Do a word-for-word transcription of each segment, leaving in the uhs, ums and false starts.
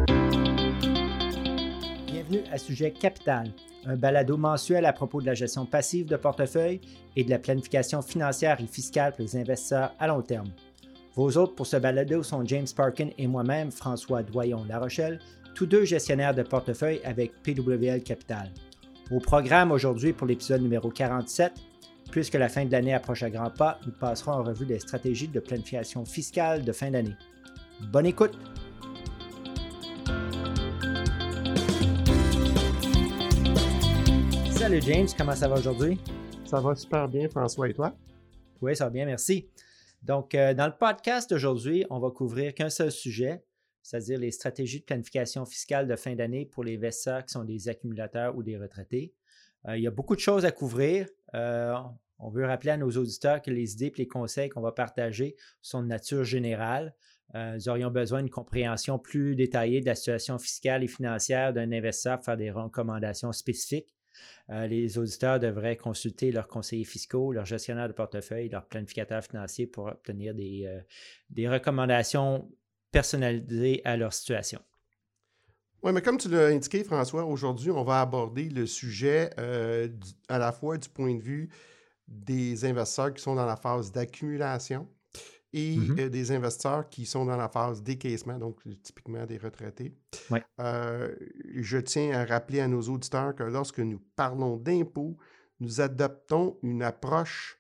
Bienvenue à Sujet Capital, un balado mensuel à propos de la gestion passive de portefeuille et de la planification financière et fiscale pour les investisseurs à long terme. Vos hôtes pour ce balado sont James Parkin et moi-même, François Doyon-La Rochelle, tous deux gestionnaires de portefeuille avec P W L Capital. Au programme aujourd'hui pour l'épisode numéro quarante-sept, puisque la fin de l'année approche à grands pas, nous passerons en revue les stratégies de planification fiscale de fin d'année. Bonne écoute! Salut James, comment ça va aujourd'hui? Ça va super bien, François, et toi? Oui, ça va bien, merci. Donc, euh, dans le podcast d'aujourd'hui, on va couvrir qu'un seul sujet, c'est-à-dire les stratégies de planification fiscale de fin d'année pour les investisseurs qui sont des accumulateurs ou des retraités. Euh, il y a beaucoup de choses à couvrir. Euh, on veut rappeler à nos auditeurs que les idées et les conseils qu'on va partager sont de nature générale. Euh, nous aurions besoin d'une compréhension plus détaillée de la situation fiscale et financière d'un investisseur pour faire des recommandations spécifiques. Euh, les auditeurs devraient consulter leurs conseillers fiscaux, leurs gestionnaires de portefeuille, leurs planificateurs financiers pour obtenir des, euh, des recommandations personnalisées à leur situation. Oui, mais comme tu l'as indiqué, François, aujourd'hui, on va aborder le sujet euh, du, à la fois du point de vue des investisseurs qui sont dans la phase d'accumulation et mm-hmm. euh, des investisseurs qui sont dans la phase d'écaissement, donc typiquement des retraités. Ouais. Euh, je tiens à rappeler à nos auditeurs que lorsque nous parlons d'impôts, nous adoptons une approche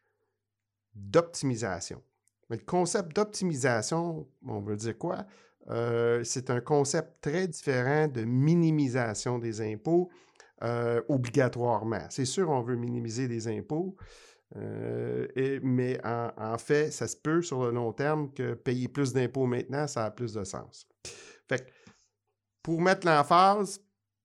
d'optimisation. Mais le concept d'optimisation, on veut dire quoi? Euh, c'est un concept très différent de minimisation des impôts euh, obligatoirement. C'est sûr, on veut minimiser les impôts, euh, et, mais en, en fait, ça se peut sur le long terme que payer plus d'impôts maintenant, ça a plus de sens. Fait que, pour mettre l'emphase,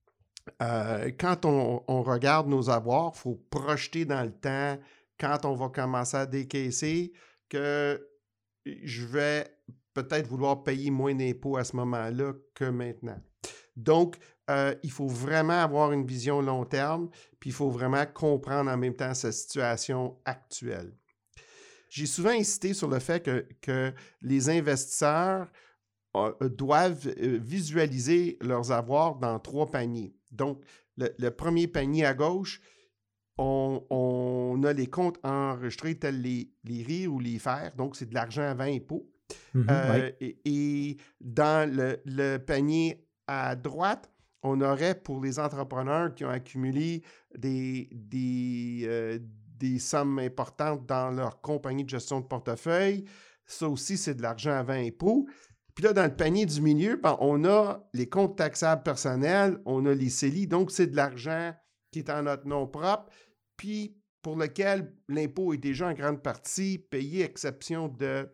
euh, quand on, on regarde nos avoirs, il faut projeter dans le temps, quand on va commencer à décaisser, que je vais peut-être vouloir payer moins d'impôts à ce moment-là que maintenant. Donc, euh, il faut vraiment avoir une vision long terme, puis il faut vraiment comprendre en même temps sa situation actuelle. J'ai souvent insisté sur le fait que, que les investisseurs euh, doivent euh, visualiser leurs avoirs dans trois paniers. Donc, le, le premier panier à gauche, on, on a les comptes enregistrés tels les, les R I R ou les F E R, donc c'est de l'argent avant impôt. Mm-hmm, euh, oui. et, et dans le, le panier à droite, on aurait pour les entrepreneurs qui ont accumulé des, des, euh, des sommes importantes dans leur compagnie de gestion de portefeuille. Ça aussi, c'est de l'argent avant impôt. Puis là, dans le panier du milieu, ben, on a les comptes taxables personnels, on a les C E L I, donc c'est de l'argent qui est en notre nom propre, puis pour lequel l'impôt est déjà en grande partie payé, exception de,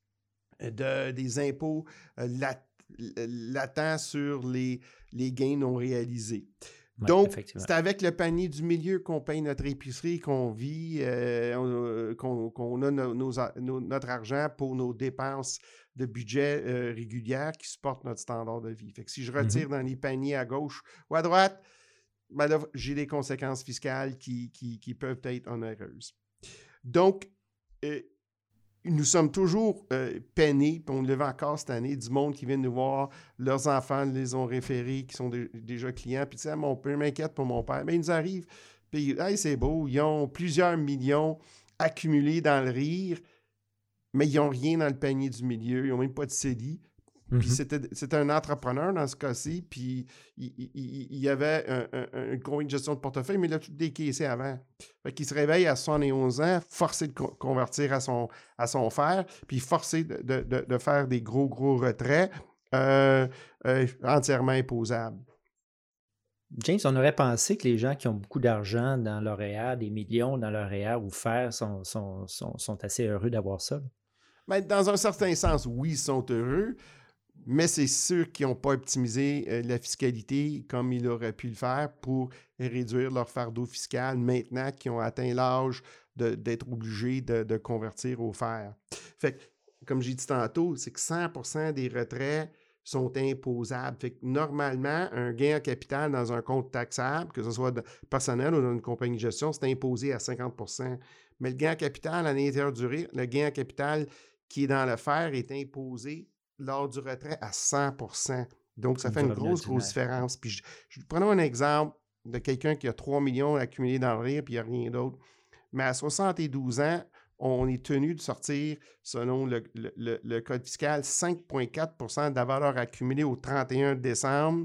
de, des impôts euh, lat, latents sur les, les gains non réalisés. Ouais, donc, c'est avec le panier du milieu qu'on paye notre épicerie, qu'on vit, euh, qu'on, qu'on a nos, nos, nos, notre argent pour nos dépenses de budget euh, régulières qui supportent notre standard de vie. Fait que si je retire mm-hmm. dans les paniers à gauche ou à droite, ben là, j'ai des conséquences fiscales qui, qui, qui peuvent être onéreuses. Donc, euh, nous sommes toujours euh, peinés, puis on le vit encore cette année, du monde qui vient nous voir, leurs enfants les ont référés, qui sont de, déjà clients, puis tu sais, mon père m'inquiète pour mon père. Mais ils nous arrivent, puis hey, c'est beau, ils ont plusieurs millions accumulés dans le R I R, mais ils n'ont rien dans le panier du milieu, ils n'ont même pas de C E L I. Puis mm-hmm. c'était, c'était un entrepreneur dans ce cas-ci, puis il, il, il y avait un, un, une compagnie de gestion de portefeuille, mais il a tout décaissé avant. Fait qu'il se réveille à soixante et onze ans, forcé de co- convertir à son, à son fer, puis forcé de, de, de, de faire des gros, gros retraits euh, euh, entièrement imposables. James, on aurait pensé que les gens qui ont beaucoup d'argent dans leur R E E R, des millions dans leur R E E R ou F E R, sont, sont, sont, sont assez heureux d'avoir ça. Ben, dans un certain sens, oui, ils sont heureux. Mais c'est sûr qu'ils n'ont pas optimisé euh, la fiscalité comme ils auraient pu le faire pour réduire leur fardeau fiscal maintenant qu'ils ont atteint l'âge de, d'être obligés de, de convertir au F E R. Fait que, comme j'ai dit tantôt, c'est que cent pour cent des retraits sont imposables. Fait que normalement, un gain en capital dans un compte taxable, que ce soit de, personnel ou dans une compagnie de gestion, c'est imposé à cinquante pour cent. Mais le gain en capital à l'intérieur du R I R, le gain en capital qui est dans le F E R est imposé lors du retrait à cent pour cent. Donc, ça Comme fait du une revenu grosse, grosse ordinaire. différence. Puis, je, je, prenons un exemple de quelqu'un qui a trois millions accumulés dans le R I R, puis il n'y a rien d'autre. Mais à soixante-douze ans, on est tenu de sortir, selon le, le, le, le code fiscal, cinq virgule quatre pour cent de la valeur accumulée au trente et un décembre.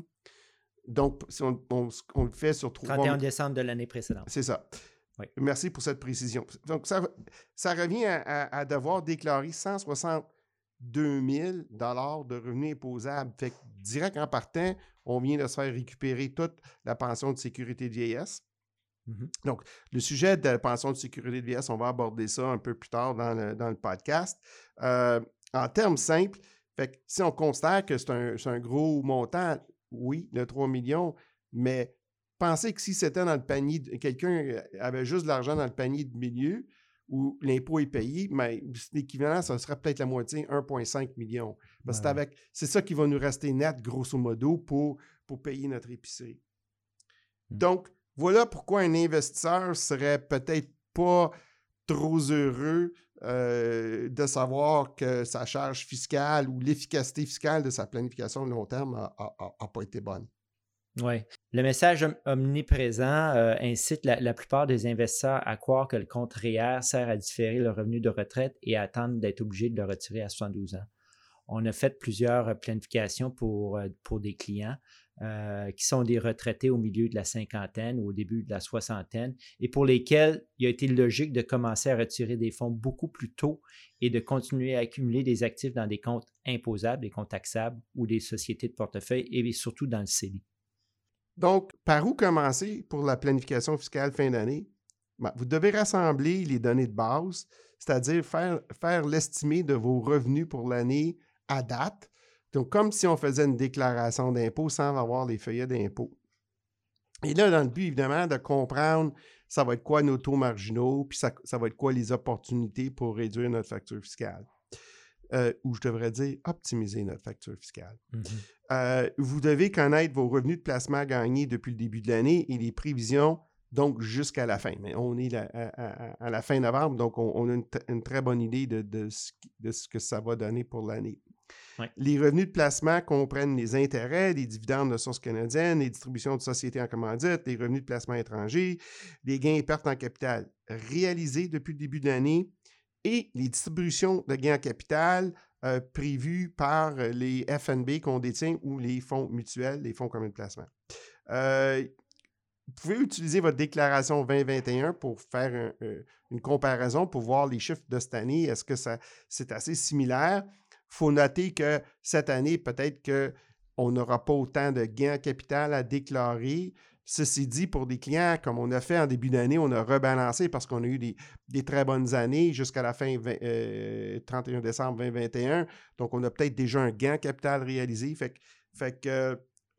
Donc, si on, on, on le fait sur trois... trente et un décembre de l'année précédente. C'est ça. Oui. Merci pour cette précision. Donc, ça, ça revient à, à, à devoir déclarer cent soixante-deux mille dollars de revenus imposables. Fait que, direct en partant, on vient de se faire récupérer toute la pension de sécurité de vieillesse. Mm-hmm. Donc, le sujet de la pension de sécurité de vieillesse, on va aborder ça un peu plus tard dans le, dans le podcast. Euh, en termes simples, fait que si on considère que c'est un, c'est un gros montant, oui, le trois millions, mais pensez que si c'était dans le panier, quelqu'un avait juste de l'argent dans le panier de milieu où l'impôt est payé, mais l'équivalent, ça serait peut-être la moitié, un virgule cinq million. Parce que ouais. c'est, avec, c'est ça qui va nous rester net, grosso modo, pour, pour payer notre épicerie. Mmh. Donc, voilà pourquoi un investisseur serait peut-être pas trop heureux euh, de savoir que sa charge fiscale ou l'efficacité fiscale de sa planification de long terme n'a pas été bonne. Oui. Le message omniprésent euh, incite la, la plupart des investisseurs à croire que le compte R E E R sert à différer le revenu de retraite et à attendre d'être obligé de le retirer à soixante-douze ans. On a fait plusieurs planifications pour, pour des clients euh, qui sont des retraités au milieu de la cinquantaine ou au début de la soixantaine et pour lesquels il a été logique de commencer à retirer des fonds beaucoup plus tôt et de continuer à accumuler des actifs dans des comptes imposables, des comptes taxables ou des sociétés de portefeuille et surtout dans le C E L I. Donc, par où commencer pour la planification fiscale fin d'année? Ben, vous devez rassembler les données de base, c'est-à-dire faire, faire l'estimé de vos revenus pour l'année à date. Donc, comme si on faisait une déclaration d'impôt sans avoir les feuillets d'impôt. Et là, dans le but, évidemment, de comprendre ça va être quoi nos taux marginaux, puis ça, ça va être quoi les opportunités pour réduire notre facture fiscale. Euh, ou je devrais dire optimiser notre facture fiscale. Mm-hmm. Euh, vous devez connaître vos revenus de placement gagnés depuis le début de l'année et les prévisions, donc jusqu'à la fin. Mais on est la, à, à, à la fin novembre, donc on, on a une, une très bonne idée de, de, ce, de ce que ça va donner pour l'année. Ouais. Les revenus de placement comprennent les intérêts, les dividendes de sources canadiennes, les distributions de sociétés en commandite, les revenus de placement étrangers, les gains et pertes en capital réalisés depuis le début de l'année, et les distributions de gains en capital euh, prévues par les F N B qu'on détient ou les fonds mutuels, les fonds communs de placement. Euh, vous pouvez utiliser votre déclaration vingt vingt et un pour faire un, euh, une comparaison, pour voir les chiffres de cette année. Est-ce que ça, c'est assez similaire? Il faut noter que cette année, peut-être qu'on n'aura pas autant de gains en capital à déclarer. Ceci dit, pour des clients, comme on a fait en début d'année, on a rebalancé parce qu'on a eu des, des très bonnes années jusqu'à la fin vingt, euh, trente et un décembre vingt vingt et un. Donc, on a peut-être déjà un gain capital réalisé. Fait, fait que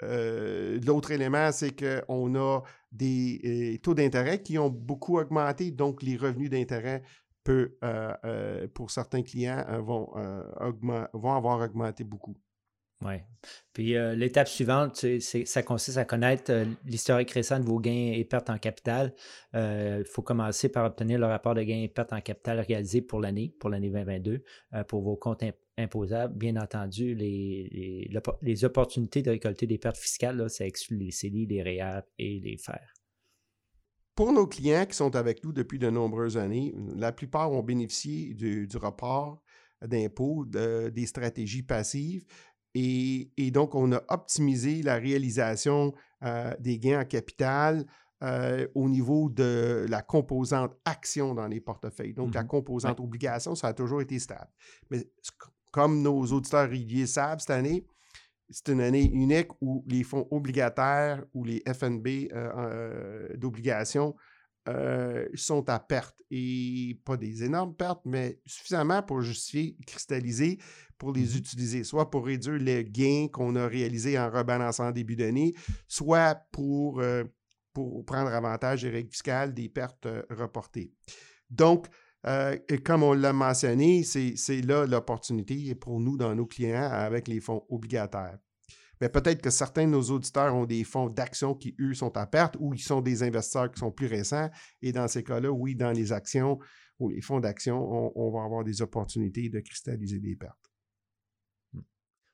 euh, l'autre élément, c'est qu'on a des euh, taux d'intérêt qui ont beaucoup augmenté. Donc, les revenus d'intérêt peut, euh, euh, pour certains clients euh, vont, euh, augment, vont avoir augmenté beaucoup. Oui. Puis euh, l'étape suivante, c'est, c'est, ça consiste à connaître euh, l'historique récent de vos gains et pertes en capital. Il euh, faut commencer par obtenir le rapport de gains et pertes en capital réalisé pour l'année, pour l'année vingt vingt-deux, euh, pour vos comptes imp- imposables. Bien entendu, les, les, les opportunités de récolter des pertes fiscales, là, ça exclut les C E L I, les R E E R et les F E R. Pour nos clients qui sont avec nous depuis de nombreuses années, la plupart ont bénéficié du, du rapport d'impôt, de, des stratégies passives. Et, et, donc, on a optimisé la réalisation euh, des gains en capital euh, au niveau de la composante action dans les portefeuilles. Donc, mm-hmm. la composante ouais. obligation, ça a toujours été stable. Mais comme nos auditeurs réguliers savent, cette année, c'est une année unique où les fonds obligataires ou les F N B euh, euh, d'obligation euh, sont à perte. Et pas des énormes pertes, mais suffisamment pour justifier, cristalliser, pour les mm-hmm. utiliser, soit pour réduire les gains qu'on a réalisés en rebalançant en début d'année, soit pour, euh, pour prendre avantage des règles fiscales des pertes euh, reportées. Donc, euh, et comme on l'a mentionné, c'est, c'est là l'opportunité pour nous dans nos clients avec les fonds obligataires. Mais peut-être que certains de nos auditeurs ont des fonds d'action qui, eux, sont à perte ou ils sont des investisseurs qui sont plus récents. Et dans ces cas-là, oui, dans les actions ou les fonds d'action, on, on va avoir des opportunités de cristalliser des pertes.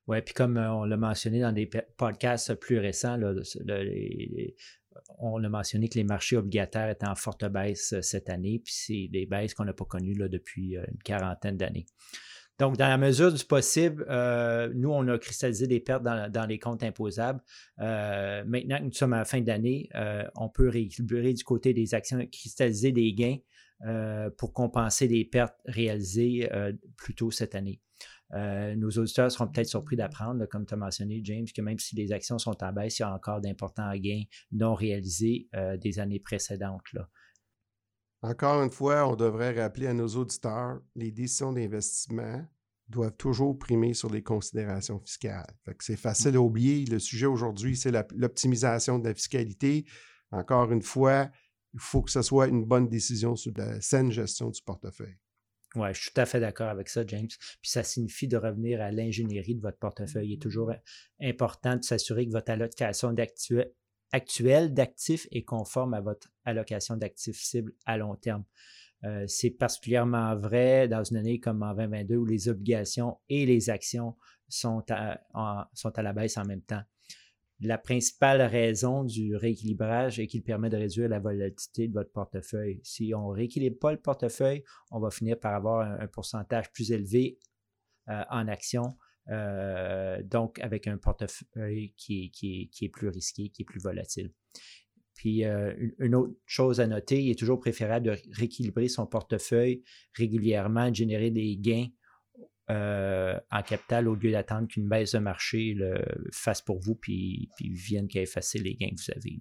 Oui, puis comme euh, on l'a mentionné dans des podcasts plus récents, là, le, le, les, on a mentionné que les marchés obligataires étaient en forte baisse cette année, puis c'est des baisses qu'on n'a pas connues là, depuis une quarantaine d'années. Donc, dans la mesure du possible, euh, nous, on a cristallisé des pertes dans, dans les comptes imposables. Euh, maintenant que nous sommes à la fin d'année, euh, on peut rééquilibrer du côté des actions, cristalliser des gains euh, pour compenser les pertes réalisées euh, plus tôt cette année. Euh, nos auditeurs seront peut-être surpris d'apprendre, là, comme tu as mentionné, James, que même si les actions sont en baisse, il y a encore d'importants gains non réalisés euh, des années précédentes, là. Encore une fois, on devrait rappeler à nos auditeurs, les décisions d'investissement doivent toujours primer sur les considérations fiscales. Fait que c'est facile à oublier. Le sujet aujourd'hui, c'est la, l'optimisation de la fiscalité. Encore une fois, il faut que ce soit une bonne décision sur la saine gestion du portefeuille. Oui, je suis tout à fait d'accord avec ça, James. Puis ça signifie de revenir à l'ingénierie de votre portefeuille. Il est toujours important de s'assurer que votre allocation d'actu- actuelle d'actifs est conforme à votre allocation d'actifs cible à long terme. Euh, c'est particulièrement vrai dans une année comme en vingt vingt-deux où les obligations et les actions sont à, en, sont à la baisse en même temps. La principale raison du rééquilibrage est qu'il permet de réduire la volatilité de votre portefeuille. Si on ne rééquilibre pas le portefeuille, on va finir par avoir un, un pourcentage plus élevé euh, en actions, euh, donc avec un portefeuille qui est, qui, est, qui est plus risqué, qui est plus volatile. Puis euh, une autre chose à noter, il est toujours préférable de rééquilibrer son portefeuille régulièrement, de générer des gains Euh, en capital au lieu d'attendre qu'une baisse de marché le fasse pour vous puis, puis vienne effacer les gains que vous avez.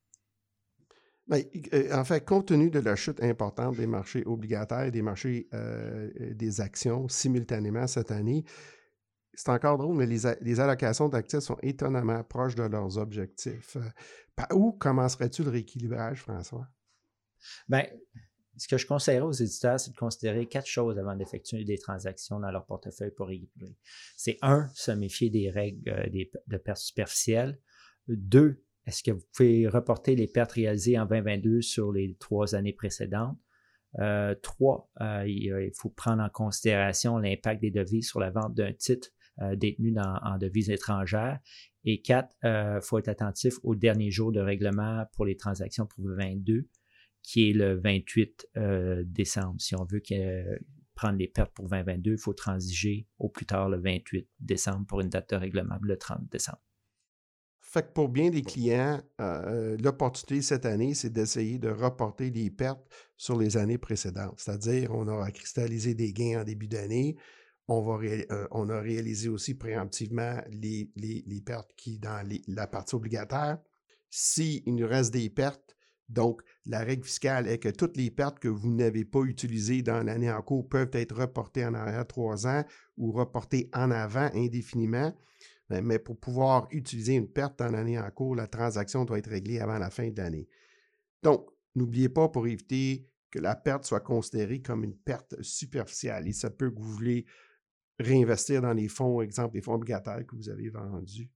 Bien, en fait, compte tenu de la chute importante des marchés obligataires et des marchés euh, des actions simultanément cette année, c'est encore drôle, mais les, les allocations d'actifs sont étonnamment proches de leurs objectifs. Euh, par où commencerais-tu le rééquilibrage, François? Bien, ce que je conseillerais aux éditeurs, c'est de considérer quatre choses avant d'effectuer des transactions dans leur portefeuille pour rééquilibrer. C'est un, se méfier des règles euh, des, de pertes superficielles. Deux, est-ce que vous pouvez reporter les pertes réalisées en vingt vingt-deux sur les trois années précédentes? Euh, trois, euh, il, il faut prendre en considération l'impact des devises sur la vente d'un titre euh, détenu dans, en devises étrangères. Et quatre, il euh, faut être attentif au dernier jour de règlement pour les transactions pour vingt-deux, qui est le vingt-huit euh, décembre. Si on veut euh, prendre les pertes pour vingt vingt-deux, il faut transiger au plus tard le vingt-huit décembre pour une date de règlement le trente décembre. Fait que pour bien des clients, euh, l'opportunité cette année, c'est d'essayer de reporter les pertes sur les années précédentes. C'est-à-dire, on aura cristallisé des gains en début d'année. On, va ré, euh, on a réalisé aussi préemptivement les, les, les pertes qui dans les, la partie obligataire. S'il nous reste des pertes, donc la règle fiscale est que toutes les pertes que vous n'avez pas utilisées dans l'année en cours peuvent être reportées en arrière trois ans ou reportées en avant indéfiniment. Mais pour pouvoir utiliser une perte dans l'année en cours, la transaction doit être réglée avant la fin de l'année. Donc, n'oubliez pas, pour éviter que la perte soit considérée comme une perte superficielle. Et ça peut que vous voulez réinvestir dans les fonds, exemple, les fonds obligataires que vous avez vendus.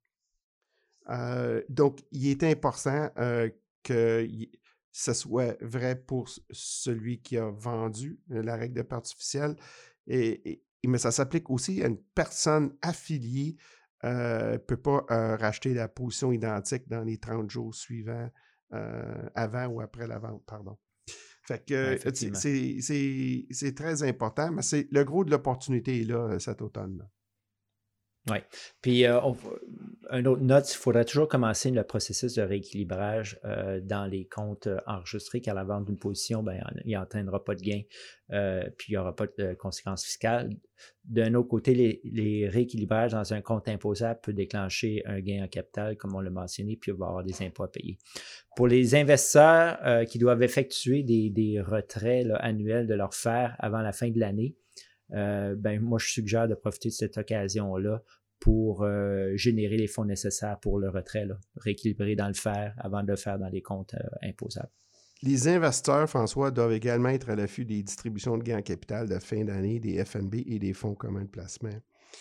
Euh, donc, il est important euh, que ce soit vrai pour celui qui a vendu la règle de perte artificielle, et, et, mais ça s'applique aussi à une personne affiliée ne euh, peut pas euh, racheter la position identique dans les trente jours suivants, euh, avant ou après la vente, pardon. Fait que ouais, c'est, c'est, c'est très important, mais c'est, le gros de l'opportunité est là cet automne-là. Oui. Puis, euh, on, une autre note, il faudrait toujours commencer le processus de rééquilibrage euh, dans les comptes enregistrés, car la vente d'une position, ben, il n'entraînera pas de gain, euh, puis il n'y aura pas de conséquences fiscales. D'un autre côté, les, les rééquilibrages dans un compte imposable peut déclencher un gain en capital, comme on l'a mentionné, puis il va y avoir des impôts à payer. Pour les investisseurs euh, qui doivent effectuer des, des retraits là, annuels de leur F E R avant la fin de l'année, Euh, ben, moi, je suggère de profiter de cette occasion-là pour euh, générer les fonds nécessaires pour le retrait, là, rééquilibrer dans le F E R avant de le faire dans les comptes euh, imposables. Les investisseurs, François, doivent également être à l'affût des distributions de gains en capital de fin d'année, des F N B et des fonds communs de placement.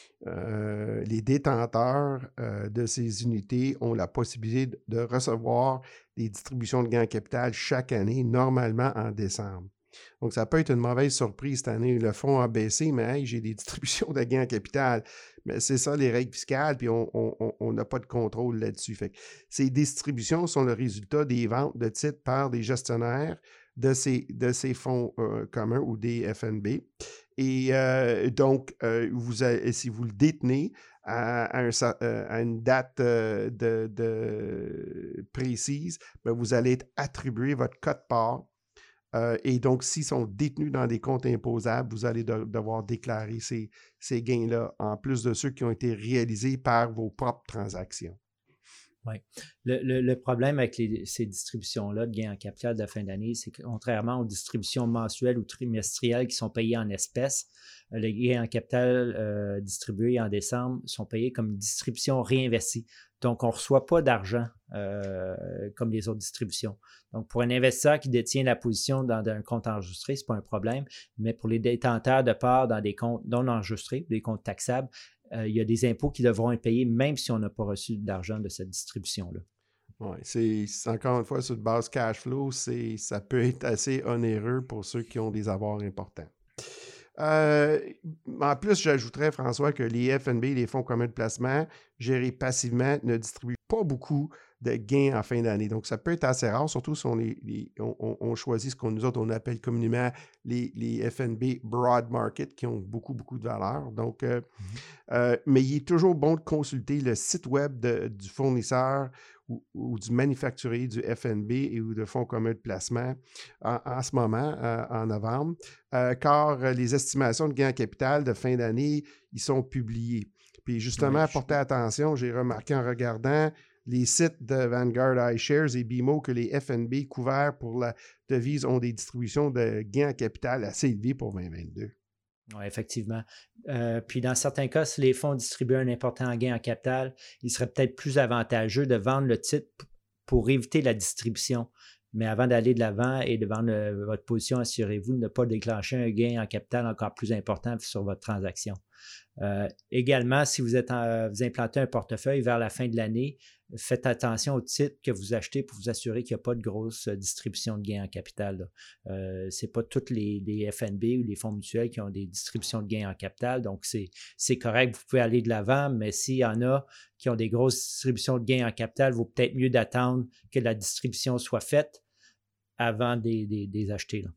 Euh, les détenteurs euh, de ces unités ont la possibilité de recevoir des distributions de gains en capital chaque année, normalement en décembre. Donc, ça peut être une mauvaise surprise cette année. Le fonds a baissé, mais hey, j'ai des distributions de gains en capital. Mais c'est ça, les règles fiscales, puis on n'a pas de contrôle là-dessus. Fait que ces distributions sont le résultat des ventes de titres par des gestionnaires de ces, de ces fonds euh, communs ou des F N B. Et euh, donc, euh, vous avez, si vous le détenez à, à, un, à une date euh, de, de précise, bien, vous allez être attribué votre quote-part. Euh, et donc, s'ils sont détenus dans des comptes imposables, vous allez de, devoir déclarer ces, ces gains-là, en plus de ceux qui ont été réalisés par vos propres transactions. Oui. Le, le, le problème avec les, ces distributions-là de gains en capital de la fin d'année, c'est que contrairement aux distributions mensuelles ou trimestrielles qui sont payées en espèces, les gains en capital euh, distribués en décembre sont payés comme une distribution réinvestie. Donc, on ne reçoit pas d'argent euh, comme les autres distributions. Donc, pour un investisseur qui détient la position dans un compte enregistré, ce n'est pas un problème, mais pour les détenteurs de parts dans des comptes non enregistrés, des comptes taxables, Euh, il y a des impôts qui devront être payés même si on n'a pas reçu d'argent de cette distribution-là. Oui, c'est encore une fois sur de base cash flow, ça peut être assez onéreux pour ceux qui ont des avoirs importants. Euh, en plus, j'ajouterais, François, que les F N B, les fonds communs de placement, gérés passivement, ne distribuent pas beaucoup de gains en fin d'année. Donc, ça peut être assez rare, surtout si on, les, les, on, on choisit ce qu'on nous autres, on appelle communément les, les F N B broad market, qui ont beaucoup, beaucoup de valeur. Donc, euh, mm-hmm. euh, mais il est toujours bon de consulter le site web de, du fournisseur ou, ou du manufacturier du F N B et ou de fonds communs de placement en, en ce moment, euh, en novembre, euh, car les estimations de gains en capital de fin d'année, ils sont publiés. Puis justement, ouais, portez je... attention, j'ai remarqué en regardant les sites de Vanguard iShares et B M O que les F N B couverts pour la devise ont des distributions de gains en capital assez élevées pour vingt vingt-deux. Oui, effectivement. Euh, puis dans certains cas, si les fonds distribuaient un important gain en capital, il serait peut-être plus avantageux de vendre le titre pour éviter la distribution. Mais avant d'aller de l'avant et de vendre le, votre position, assurez-vous de ne pas déclencher un gain en capital encore plus important sur votre transaction. Euh, également, si vous, êtes en, vous implantez un portefeuille vers la fin de l'année, faites attention aux titres que vous achetez pour vous assurer qu'il n'y a pas de grosse distribution de gains en capital. Euh, ce n'est pas tous les, les F N B ou les fonds mutuels qui ont des distributions de gains en capital, donc c'est, c'est correct, vous pouvez aller de l'avant, mais s'il y en a qui ont des grosses distributions de gains en capital, il vaut peut-être mieux d'attendre que la distribution soit faite avant de les acheter. Là.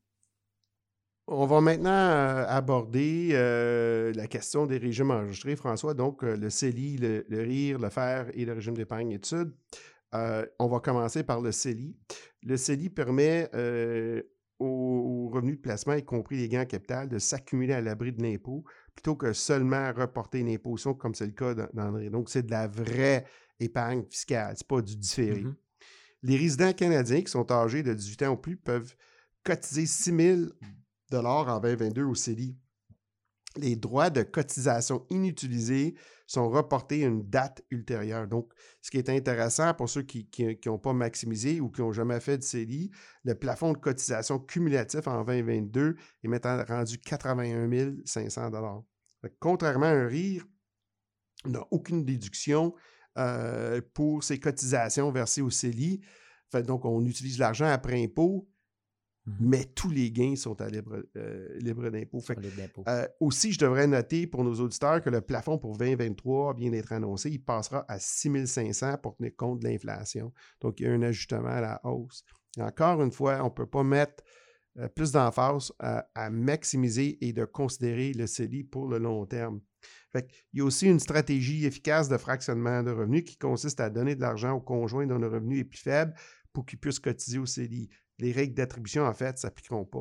On va maintenant euh, aborder euh, la question des régimes enregistrés, François. Donc, euh, le C E L I, le, le R I R, le F E R et le régime d'épargne études. Euh, on va commencer par le C E L I. Le C E L I permet euh, aux, aux revenus de placement, y compris les gains en capital, de s'accumuler à l'abri de l'impôt plutôt que seulement reporter une imposition comme c'est le cas dans le R I R. Donc, c'est de la vraie épargne fiscale, c'est pas du différé. Mm-hmm. Les résidents canadiens qui sont âgés de dix-huit ans ou plus peuvent cotiser six mille dollars en vingt vingt-deux au C E L I. Les droits de cotisation inutilisés sont reportés à une date ultérieure. Donc, ce qui est intéressant pour ceux qui n'ont pas maximisé ou qui n'ont jamais fait de C E L I, le plafond de cotisation cumulatif en vingt vingt-deux est maintenant rendu quatre-vingt-un mille cinq cents dollars. Contrairement à un R I R, on n'a aucune déduction euh, pour ces cotisations versées au C E L I. Fait, donc, on utilise l'argent après impôt, mais tous les gains sont à libre, euh, libre d'impôt. Euh, aussi, je devrais noter pour nos auditeurs que le plafond pour vingt vingt-trois vient d'être annoncé. Il passera à six mille cinq cents pour tenir compte de l'inflation. Donc, il y a un ajustement à la hausse. Et encore une fois, on ne peut pas mettre euh, plus d'emphase à, à maximiser et de considérer le C E L I pour le long terme. Fait il y a aussi une stratégie efficace de fractionnement de revenus qui consiste à donner de l'argent au conjoint dont le revenu est plus faible pour qu'il puisse cotiser au C E L I. Les règles d'attribution, en fait, ne s'appliqueront pas.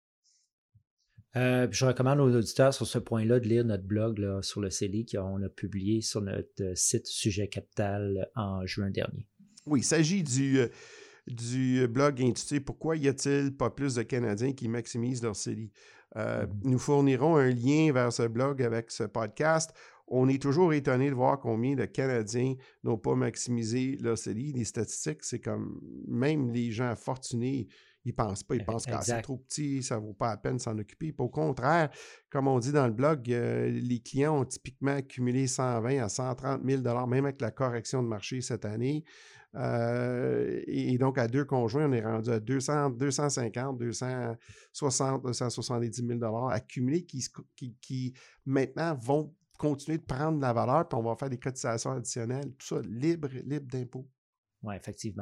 Euh, je recommande aux auditeurs sur ce point-là de lire notre blog là, sur le C E L I qu'on a publié sur notre site Sujet Capital en juin dernier. Oui, il s'agit du, euh, du blog intitulé « Pourquoi y a-t-il pas plus de Canadiens qui maximisent leur C E L I? Euh, » mm-hmm. Nous fournirons un lien vers ce blog avec ce podcast. On est toujours étonné de voir combien de Canadiens n'ont pas maximisé leur C E L I. Les statistiques, c'est comme même les gens fortunés, ils ne pensent pas. Ils pensent que ah, c'est trop petit, ça ne vaut pas la peine de s'en occuper. Puis au contraire, comme on dit dans le blog, euh, les clients ont typiquement accumulé cent vingt à cent trente mille dollars, même avec la correction de marché cette année. Euh, et, et donc, à deux conjoints, on est rendu à deux cents, deux cent cinquante, deux cent soixante, deux cent soixante-dix mille dollars accumulés qui, qui, qui maintenant vont continuer de prendre de la valeur, puis on va faire des cotisations additionnelles, tout ça, libre, libre d'impôt. Oui, effectivement.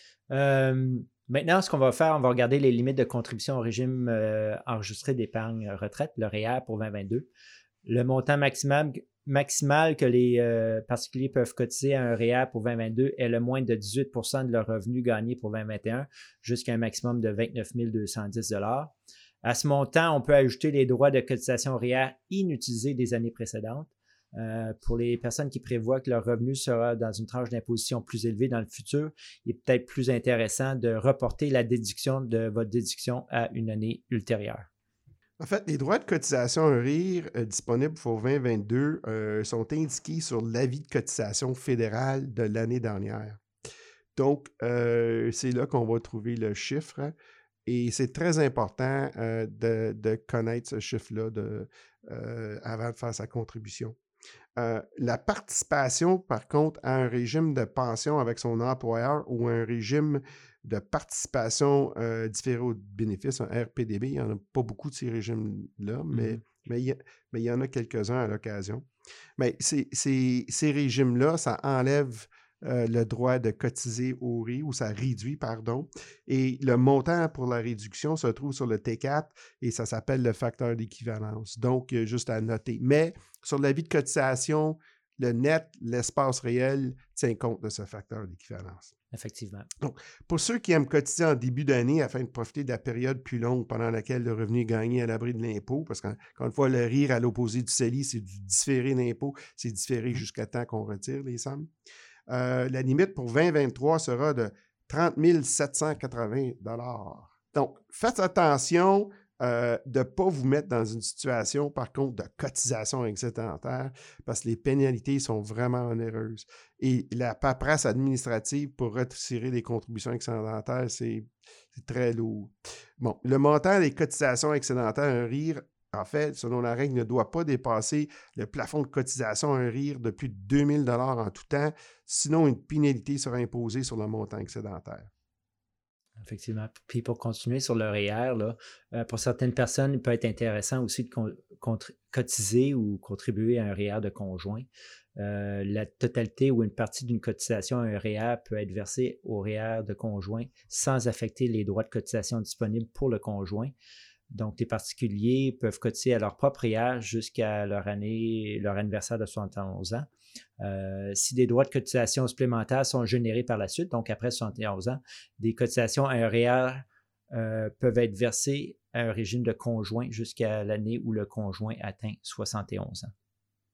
Euh, maintenant, ce qu'on va faire, on va regarder les limites de contribution au régime euh, enregistré d'épargne retraite, le R E E R pour vingt vingt-deux. Le montant maximal, maximal que les euh, particuliers peuvent cotiser à un R E E R pour vingt vingt-deux est le moins de dix-huit pour cent de leur revenu gagné pour vingt vingt et un, jusqu'à un maximum de vingt-neuf mille deux cent dix dollars. À ce montant, on peut ajouter les droits de cotisation R E E R inutilisés des années précédentes. Euh, pour les personnes qui prévoient que leur revenu sera dans une tranche d'imposition plus élevée dans le futur, il est peut-être plus intéressant de reporter la déduction de votre déduction à une année ultérieure. En fait, les droits de cotisation R E E R euh, disponibles pour vingt vingt-deux euh, sont indiqués sur l'avis de cotisation fédérale de l'année dernière. Donc, euh, c'est là qu'on va trouver le chiffre. Hein, et c'est très important euh, de, de connaître ce chiffre-là de, euh, avant de faire sa contribution. Euh, la participation, par contre, à un régime de pension avec son employeur ou un régime de participation euh, différée aux bénéfices, un R P D B, il n'y en a pas beaucoup de ces régimes-là, mais, mm-hmm. mais, il y a, mais il y en a quelques-uns à l'occasion. Mais ces, ces, ces régimes-là, ça enlève euh, le droit de cotiser au R E E R, ou ça réduit, pardon, et le montant pour la réduction se trouve sur le T quatre et ça s'appelle le facteur d'équivalence. Donc, euh, juste à noter. Mais sur l'avis de cotisation, le net, l'espace réel, tient compte de ce facteur d'équivalence. Effectivement. Donc, pour ceux qui aiment cotiser en début d'année afin de profiter de la période plus longue pendant laquelle le revenu est gagné à l'abri de l'impôt, parce qu'encore une fois, le R E E R à l'opposé du C E L I, c'est du différé d'impôt, c'est différé jusqu'à temps qu'on retire les sommes. Euh, la limite pour vingt vingt-trois sera de trente mille sept cent quatre-vingts dollars. Donc, faites attention euh, de ne pas vous mettre dans une situation, par contre, de cotisation excédentaire, parce que les pénalités sont vraiment onéreuses. Et la paperasse administrative pour retirer les contributions excédentaires, c'est, c'est très lourd. Bon, le montant des cotisations excédentaires, un R E E R, en fait, selon la règle, ne doit pas dépasser le plafond de cotisation à un R E E R de plus de deux mille dollars en tout temps, sinon une pénalité sera imposée sur le montant excédentaire. Effectivement. Puis pour continuer sur le R E E R, là, euh, pour certaines personnes, il peut être intéressant aussi de con- contr- cotiser ou contribuer à un R E E R de conjoint. Euh, la totalité ou une partie d'une cotisation à un R E E R peut être versée au R E E R de conjoint sans affecter les droits de cotisation disponibles pour le conjoint. Donc, les particuliers peuvent cotiser à leur propre R E E R jusqu'à leur année, leur anniversaire de soixante et onze ans. Euh, si des droits de cotisation supplémentaires sont générés par la suite, donc après soixante et onze ans, des cotisations à un R E E R euh, peuvent être versées à un régime de conjoint jusqu'à l'année où le conjoint atteint soixante et onze ans.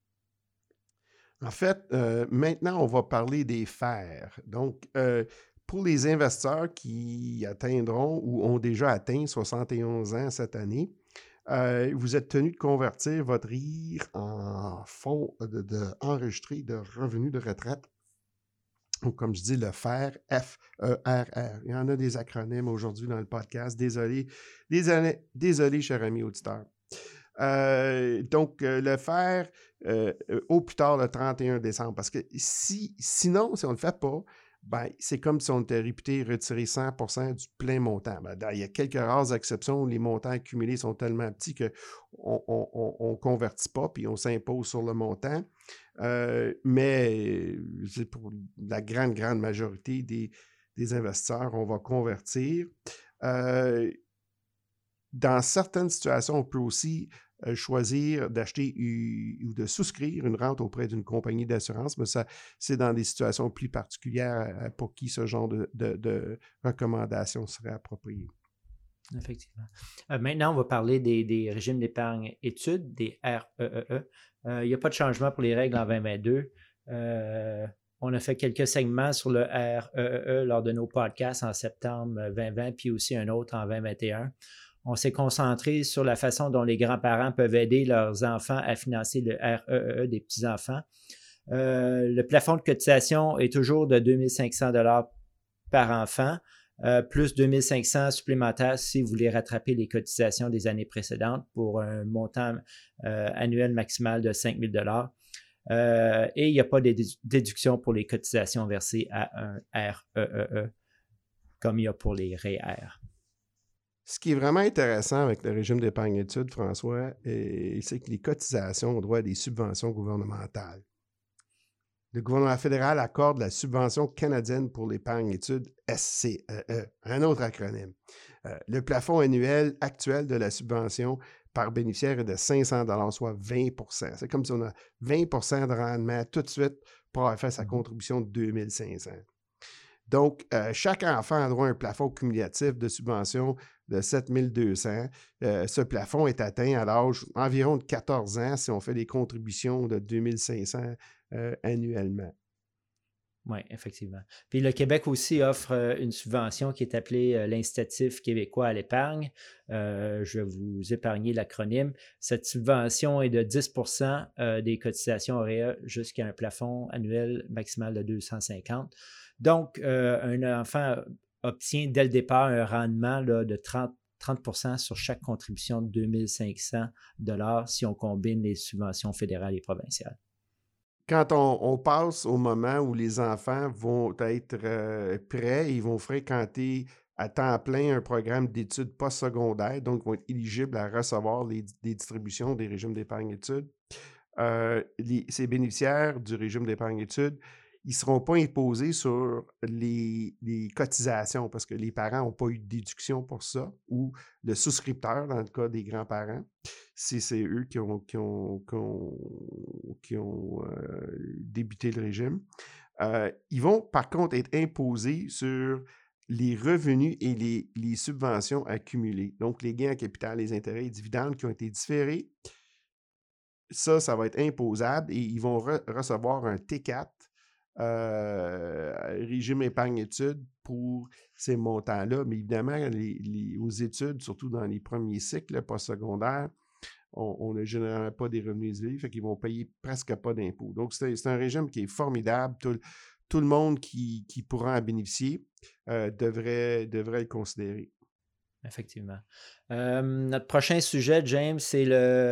En fait, euh, maintenant, on va parler des F E R. Donc, euh, pour les investisseurs qui atteindront ou ont déjà atteint soixante et onze ans cette année, euh, vous êtes tenu de convertir votre R E E R en fonds de, de, enregistré de revenus de retraite. Ou comme je dis, le F E R, F E R R. Il y en a des acronymes aujourd'hui dans le podcast. Désolé, désolé, désolé, cher ami auditeur. Euh, donc, euh, le faire euh, au plus tard le trente et un décembre. Parce que si, sinon, si on ne le fait pas, ben, c'est comme si on était réputé retirer cent pour cent du plein montant. Ben, il y a quelques rares exceptions où les montants accumulés sont tellement petits qu'on ne convertit pas puis on s'impose sur le montant. Euh, mais c'est pour la grande, grande majorité des, des investisseurs, on va convertir. Euh, dans certaines situations, on peut aussi euh, choisir d'acheter ou de souscrire une rente auprès d'une compagnie d'assurance, mais ça, c'est dans des situations plus particulières pour qui ce genre de, de, de recommandations serait approprié. Effectivement. Euh, maintenant, on va parler des, des régimes d'épargne études, des R E E E. Euh, il n'y a pas de changement pour les règles en vingt vingt-deux. Euh, on a fait quelques segments sur le R E E E lors de nos podcasts en septembre vingt vingt, puis aussi un autre en vingt vingt et un. On s'est concentré sur la façon dont les grands-parents peuvent aider leurs enfants à financer le R E E E des petits-enfants. Euh, le plafond de cotisation est toujours de deux mille cinq cents dollars par enfant, euh, plus deux mille cinq cents supplémentaires si vous voulez rattraper les cotisations des années précédentes pour un montant euh, annuel maximal de cinq mille dollars. Euh, et il n'y a pas de déduction pour les cotisations versées à un R E E E comme il y a pour les R E E R. Ce qui est vraiment intéressant avec le régime d'épargne-études, François, et- c'est que les cotisations ont droit à des subventions gouvernementales. Le gouvernement fédéral accorde la subvention canadienne pour l'épargne-études, S C E E, un autre acronyme. Euh, le plafond annuel actuel de la subvention par bénéficiaire est de cinq cents dollars, soit vingt pour cent. C'est comme si on a vingt pour cent de rendement tout de suite pour avoir fait sa contribution de deux mille cinq cents. Donc, euh, chaque enfant a droit à un plafond cumulatif de subvention de sept mille deux cents. Euh, ce plafond est atteint à l'âge environ de quatorze ans si on fait des contributions de deux mille cinq cents euh, annuellement. Oui, effectivement. Puis le Québec aussi offre euh, une subvention qui est appelée euh, l'Incitatif québécois à l'épargne. Euh, je vais vous épargner l'acronyme. Cette subvention est de dix pour cent euh, des cotisations O R E A jusqu'à un plafond annuel maximal de deux cent cinquante. Donc, euh, un enfant obtient dès le départ un rendement là, de trente pour cent sur chaque contribution de deux mille cinq cents dollars si on combine les subventions fédérales et provinciales. Quand on, on passe au moment où les enfants vont être euh, prêts, ils vont fréquenter à temps plein un programme d'études postsecondaires, donc vont être éligibles à recevoir les, les distributions des régimes d'épargne-études. Euh, les, ces bénéficiaires du régime d'épargne-études, ils ne seront pas imposés sur les, les cotisations parce que les parents n'ont pas eu de déduction pour ça, ou le souscripteur, dans le cas des grands-parents, si c'est eux qui ont, qui ont, qui ont, qui ont euh, débuté le régime. Euh, ils vont par contre être imposés sur les revenus et les, les subventions accumulées, donc les gains en capital, les intérêts et dividendes qui ont été différés. Ça, ça va être imposable et ils vont re- recevoir un T quatre, euh, régime épargne-études, pour ces montants-là. Mais évidemment, les, les, aux études, surtout dans les premiers cycles postsecondaires, on n'a généralement pas des revenus élevés, fait qu'ils vont payer presque pas d'impôts. Donc, c'est, c'est un régime qui est formidable. Tout, tout le monde qui, qui pourra en bénéficier euh, devrait, devrait le considérer. Effectivement. Euh, notre prochain sujet, James, c'est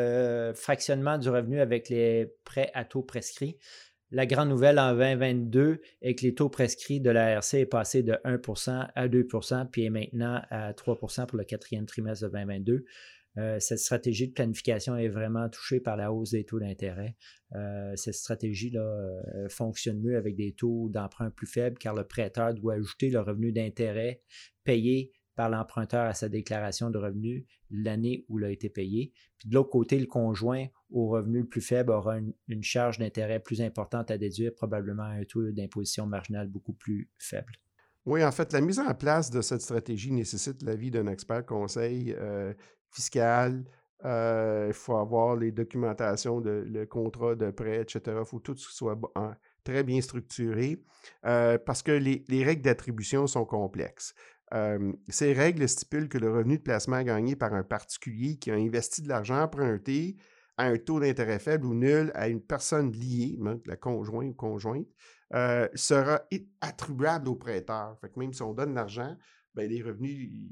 le fractionnement du revenu avec les prêts à taux prescrits. La grande nouvelle en vingt vingt-deux est que les taux prescrits de l'A R C est passé de un pour cent à deux pour cent, puis est maintenant à trois pour cent pour le quatrième trimestre de vingt vingt-deux. Euh, cette stratégie de planification est vraiment touchée par la hausse des taux d'intérêt. Euh, cette stratégie-là euh, fonctionne mieux avec des taux d'emprunt plus faibles car le prêteur doit ajouter le revenu d'intérêt payé par l'emprunteur à sa déclaration de revenus l'année où il a été payé. Puis de l'autre côté, le conjoint au revenu le plus faible aura une, une charge d'intérêt plus importante à déduire, probablement un taux d'imposition marginale beaucoup plus faible. Oui, en fait, la mise en place de cette stratégie nécessite l'avis d'un expert conseil euh, fiscal. Euh, il faut avoir les documentations, de, le contrat de prêt, et cetera. Il faut tout ce soit en, très bien structuré euh, parce que les, les règles d'attribution sont complexes. Euh, ces règles stipulent que le revenu de placement gagné par un particulier qui a investi de l'argent emprunté à un taux d'intérêt faible ou nul à une personne liée, donc la conjointe ou conjointe, euh, sera attribuable au prêteur. Fait que même si on donne l'argent, ben, les revenus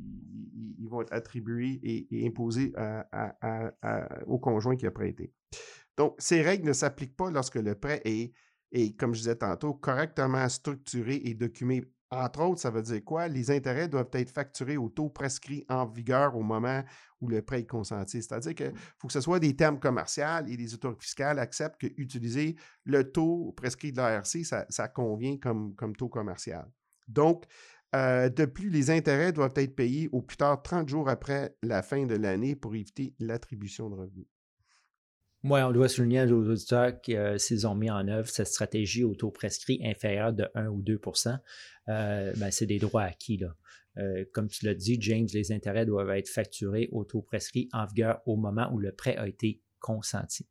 ils, ils vont être attribués et, et imposés à, à, à, à, au conjoint qui a prêté. Donc, ces règles ne s'appliquent pas lorsque le prêt est, est, comme je disais tantôt, correctement structuré et documenté. Entre autres, ça veut dire quoi? Les intérêts doivent être facturés au taux prescrit en vigueur au moment où le prêt est consenti. C'est-à-dire qu'il faut que ce soit des termes commerciaux et les autorités fiscales acceptent qu'utiliser le taux prescrit de l'A R C, ça, ça convient comme, comme taux commercial. Donc, euh, de plus, les intérêts doivent être payés au plus tard trente jours après la fin de l'année pour éviter l'attribution de revenus. Oui, on doit souligner aux auditeurs que euh, s'ils ont mis en œuvre cette stratégie au taux prescrit inférieur de un ou deux pour cent, euh, ben, c'est des droits acquis. Là. Euh, comme tu l'as dit, James, les intérêts doivent être facturés au taux prescrit en vigueur au moment où le prêt a été consenti.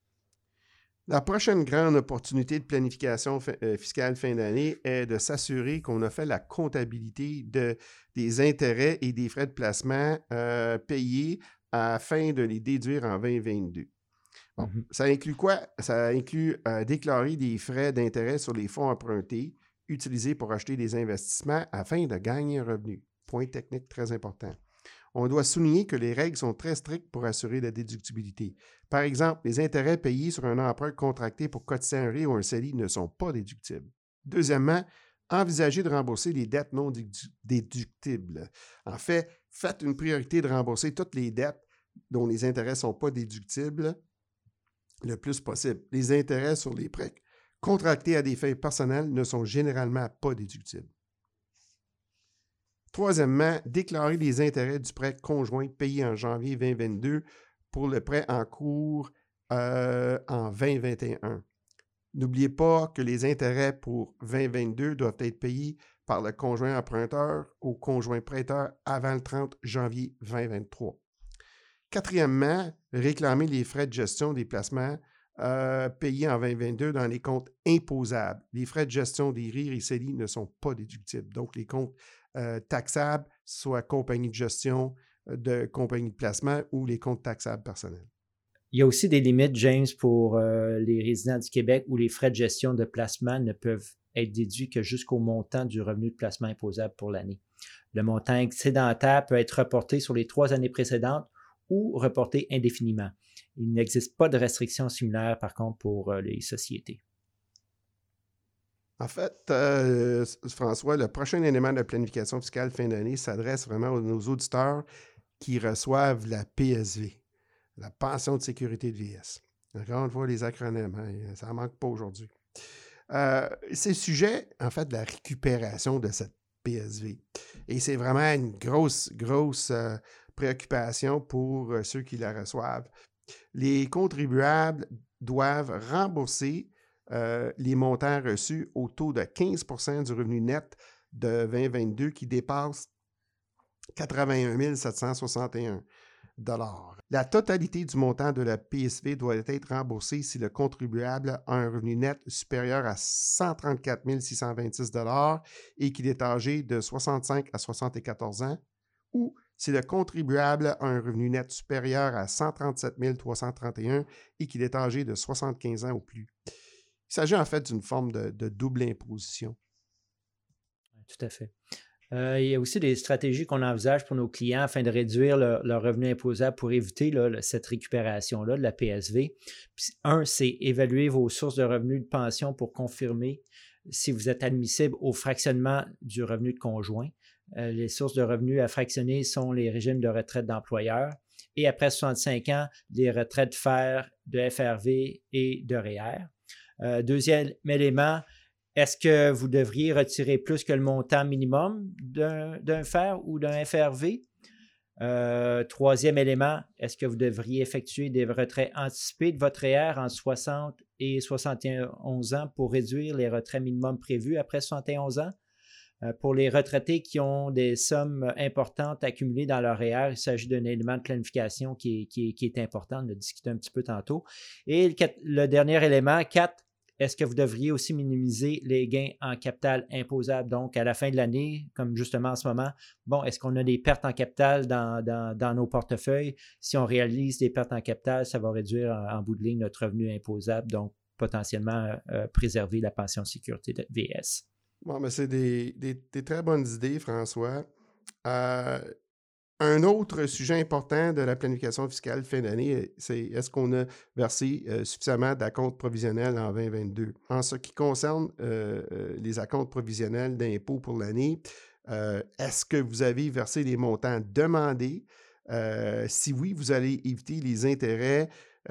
La prochaine grande opportunité de planification fiscale fin d'année est de s'assurer qu'on a fait la comptabilité de, des intérêts et des frais de placement euh, payés afin de les déduire en vingt vingt-deux. Bon, mm-hmm. Ça inclut quoi? Ça inclut euh, déclarer des frais d'intérêt sur les fonds empruntés utilisés pour acheter des investissements afin de gagner un revenu. Point technique très important. On doit souligner que les règles sont très strictes pour assurer la déductibilité. Par exemple, les intérêts payés sur un emprunt contracté pour cotiser un R I ou un C E L I ne sont pas déductibles. Deuxièmement, envisagez de rembourser les dettes non déductibles. En fait, faites une priorité de rembourser toutes les dettes dont les intérêts ne sont pas déductibles le plus possible. Les intérêts sur les prêts contractés à des fins personnelles ne sont généralement pas déductibles. Troisièmement, déclarez les intérêts du prêt conjoint payé en janvier vingt vingt-deux pour le prêt en cours euh, en vingt vingt et un. N'oubliez pas que les intérêts pour vingt vingt-deux doivent être payés par le conjoint emprunteur au conjoint prêteur avant le trente janvier vingt vingt-trois. Quatrièmement, réclamez les frais de gestion des placements euh, payés en vingt vingt-deux dans les comptes imposables. Les frais de gestion des R I R et C E L I ne sont pas déductibles. Donc, les comptes euh, taxables, soit compagnie de gestion, de compagnie de placement ou les comptes taxables personnels. Il y a aussi des limites, James, pour euh, les résidents du Québec où les frais de gestion de placement ne peuvent être déduits que jusqu'au montant du revenu de placement imposable pour l'année. Le montant excédentaire peut être reporté sur les trois années précédentes ou reporté indéfiniment. Il n'existe pas de restrictions similaires, par contre, pour euh, les sociétés. En fait, euh, François, le prochain élément de planification fiscale fin d'année s'adresse vraiment à nos auditeurs qui reçoivent la P S V, la pension de sécurité de vieillesse. Encore une fois, les acronymes, hein, ça n'en manque pas aujourd'hui. Euh, c'est le sujet, en fait, de la récupération de cette P S V. Et c'est vraiment une grosse, grosse euh, préoccupation pour euh, ceux qui la reçoivent. Les contribuables doivent rembourser euh, les montants reçus au taux de quinze pour cent du revenu net de vingt vingt-deux qui dépasse quatre-vingt-un mille sept cent soixante et un dollars. La totalité du montant de la P S V doit être remboursée si le contribuable a un revenu net supérieur à cent trente-quatre mille six cent vingt-six dollars et qu'il est âgé de soixante-cinq à soixante-quatorze ans, ou si le contribuable a un revenu net supérieur à cent trente-sept mille trois cent trente et un et qu'il est âgé de soixante-quinze ans ou plus. Il s'agit en fait d'une forme de, de double imposition. Tout à fait. Euh, il y a aussi des stratégies qu'on envisage pour nos clients afin de réduire leur, leur revenu imposable pour éviter là, cette récupération-là de la P S V. Puis, un, c'est évaluer vos sources de revenus de pension pour confirmer si vous êtes admissible au fractionnement du revenu de conjoint. Euh, les sources de revenus à fractionner sont les régimes de retraite d'employeurs et après soixante-cinq ans, les retraites F E R, de F R V et de R E E R. Euh, deuxième élément, est-ce que vous devriez retirer plus que le montant minimum d'un, d'un F E R ou d'un F R V? Euh, troisième élément, est-ce que vous devriez effectuer des retraits anticipés de votre R E E R en soixante et soixante et onze ans pour réduire les retraits minimums prévus après soixante et onze ans? Euh, pour les retraités qui ont des sommes importantes accumulées dans leur R E E R, il s'agit d'un élément de planification qui est, qui est, qui est important. On a discuté un petit peu tantôt. Et le, le dernier élément, quatre, est-ce que vous devriez aussi minimiser les gains en capital imposables? Donc, à la fin de l'année, comme justement en ce moment, bon, est-ce qu'on a des pertes en capital dans, dans, dans nos portefeuilles? Si on réalise des pertes en capital, ça va réduire en, en bout de ligne notre revenu imposable, donc potentiellement euh, préserver la pension de sécurité de V S. Bon, mais c'est des, des, des très bonnes idées, François. Euh, Un autre sujet important de la planification fiscale fin d'année, c'est est-ce qu'on a versé euh, suffisamment d'acomptes provisionnels en vingt vingt-deux? En ce qui concerne euh, euh, les acomptes provisionnels d'impôts pour l'année, euh, est-ce que vous avez versé les montants demandés? Euh, si oui, vous allez éviter les intérêts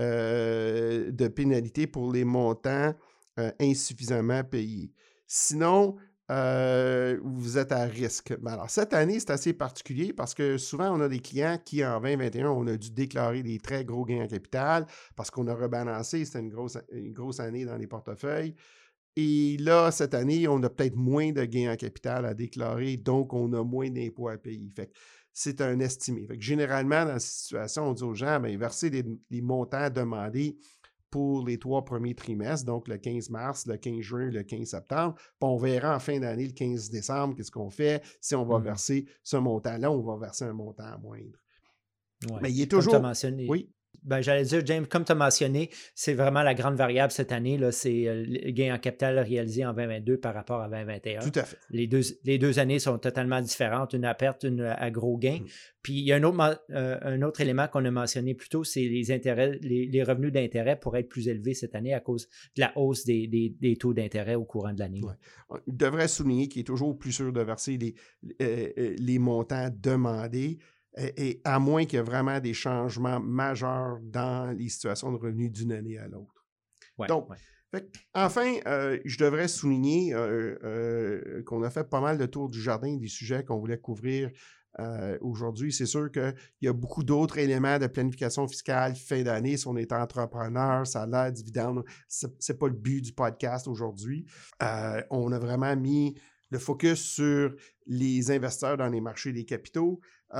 euh, de pénalité pour les montants euh, insuffisamment payés. Sinon, Euh, vous êtes à risque. Alors, cette année, c'est assez particulier parce que souvent, on a des clients qui, en vingt vingt et un, on a dû déclarer des très gros gains en capital parce qu'on a rebalancé. C'était une grosse, une grosse année dans les portefeuilles. Et là, cette année, on a peut-être moins de gains en capital à déclarer, donc on a moins d'impôts à payer. Fait que c'est un estimé. Fait que généralement, dans cette situation, on dit aux gens, bien, versez les, les montants demandés pour les trois premiers trimestres, donc le quinze mars, le quinze juin, le quinze septembre. Puis on verra en fin d'année, le quinze décembre, qu'est-ce qu'on fait. Si on va mmh. verser ce montant-là, on va verser un montant moindre. Ouais. Mais il est toujours... Comme tu as mentionné, oui? Ben, j'allais dire, James, comme tu as mentionné, c'est vraiment la grande variable cette année. Là, c'est euh, le gain en capital réalisé en vingt vingt-deux par rapport à vingt vingt et un. Tout à fait. Les deux, les deux années sont totalement différentes, une à perte, une à gros gain. Mm. Puis il y a un autre, euh, un autre élément qu'on a mentionné plus tôt, c'est les intérêts, les, les revenus d'intérêt pourraient être plus élevés cette année à cause de la hausse des, des, des taux d'intérêt au courant de l'année. Ouais. Il devrait souligner qu'il est toujours plus sûr de verser les, euh, les montants demandés. Et à moins qu'il y ait vraiment des changements majeurs dans les situations de revenus d'une année à l'autre. Ouais, Donc, ouais. Fait, enfin, euh, je devrais souligner euh, euh, qu'on a fait pas mal de tour du jardin des sujets qu'on voulait couvrir euh, aujourd'hui. C'est sûr qu'il y a beaucoup d'autres éléments de planification fiscale fin d'année. Si on est entrepreneur, salaire, dividende, c'est, c'est pas le but du podcast aujourd'hui. Euh, on a vraiment mis le focus sur les investisseurs dans les marchés des capitaux.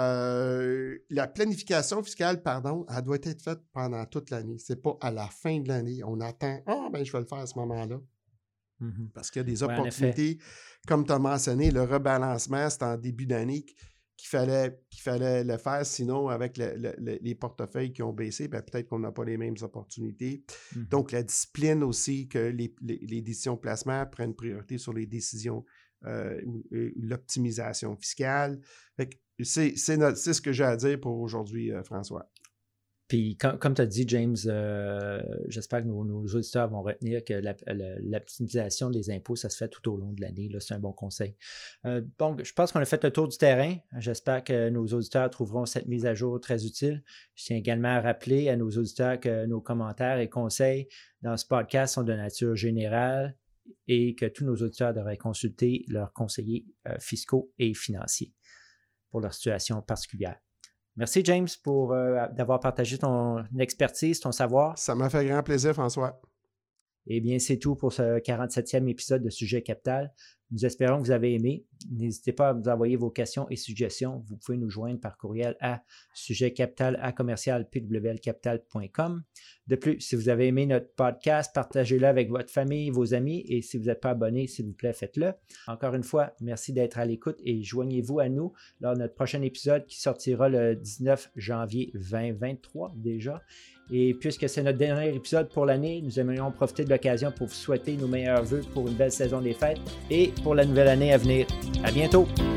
Euh, la planification fiscale, pardon, elle doit être faite pendant toute l'année. C'est pas à la fin de l'année. On attend, ah, oh, ben je vais le faire à ce moment-là. Mm-hmm. Parce qu'il y a des opportunités. Ouais, comme tu as mentionné, le rebalancement, c'est en début d'année qu'il fallait, qu'il fallait le faire. Sinon, avec le, le, le, les portefeuilles qui ont baissé, ben peut-être qu'on n'a pas les mêmes opportunités. Mm-hmm. Donc, la discipline aussi, que les, les, les décisions de placement prennent priorité sur les décisions Euh, l'optimisation fiscale. Fait que c'est, c'est, notre, c'est ce que j'ai à dire pour aujourd'hui, euh, François. Puis, comme, comme tu as dit, James, euh, j'espère que nos, nos auditeurs vont retenir que la, la, l'optimisation des impôts, ça se fait tout au long de l'année. Là, c'est un bon conseil. Euh, donc, je pense qu'on a fait le tour du terrain. J'espère que nos auditeurs trouveront cette mise à jour très utile. Je tiens également à rappeler à nos auditeurs que nos commentaires et conseils dans ce podcast sont de nature générale et que tous nos auditeurs devraient consulter leurs conseillers euh, fiscaux et financiers pour leur situation particulière. Merci, James, pour euh, d'avoir partagé ton expertise, ton savoir. Ça m'a fait grand plaisir, François. Eh bien, c'est tout pour ce quarante-septième épisode de Sujet Capital. Nous espérons que vous avez aimé. N'hésitez pas à nous envoyer vos questions et suggestions. Vous pouvez nous joindre par courriel à sujetcapital à commercial p w l capital point com. De plus, si vous avez aimé notre podcast, partagez-le avec votre famille, vos amis, et si vous n'êtes pas abonné, s'il vous plaît, faites-le. Encore une fois, merci d'être à l'écoute et joignez-vous à nous lors de notre prochain épisode qui sortira le dix-neuf janvier vingt vingt-trois déjà. Et puisque c'est notre dernier épisode pour l'année, nous aimerions profiter de l'occasion pour vous souhaiter nos meilleurs vœux pour une belle saison des fêtes et pour la nouvelle année à venir. À bientôt!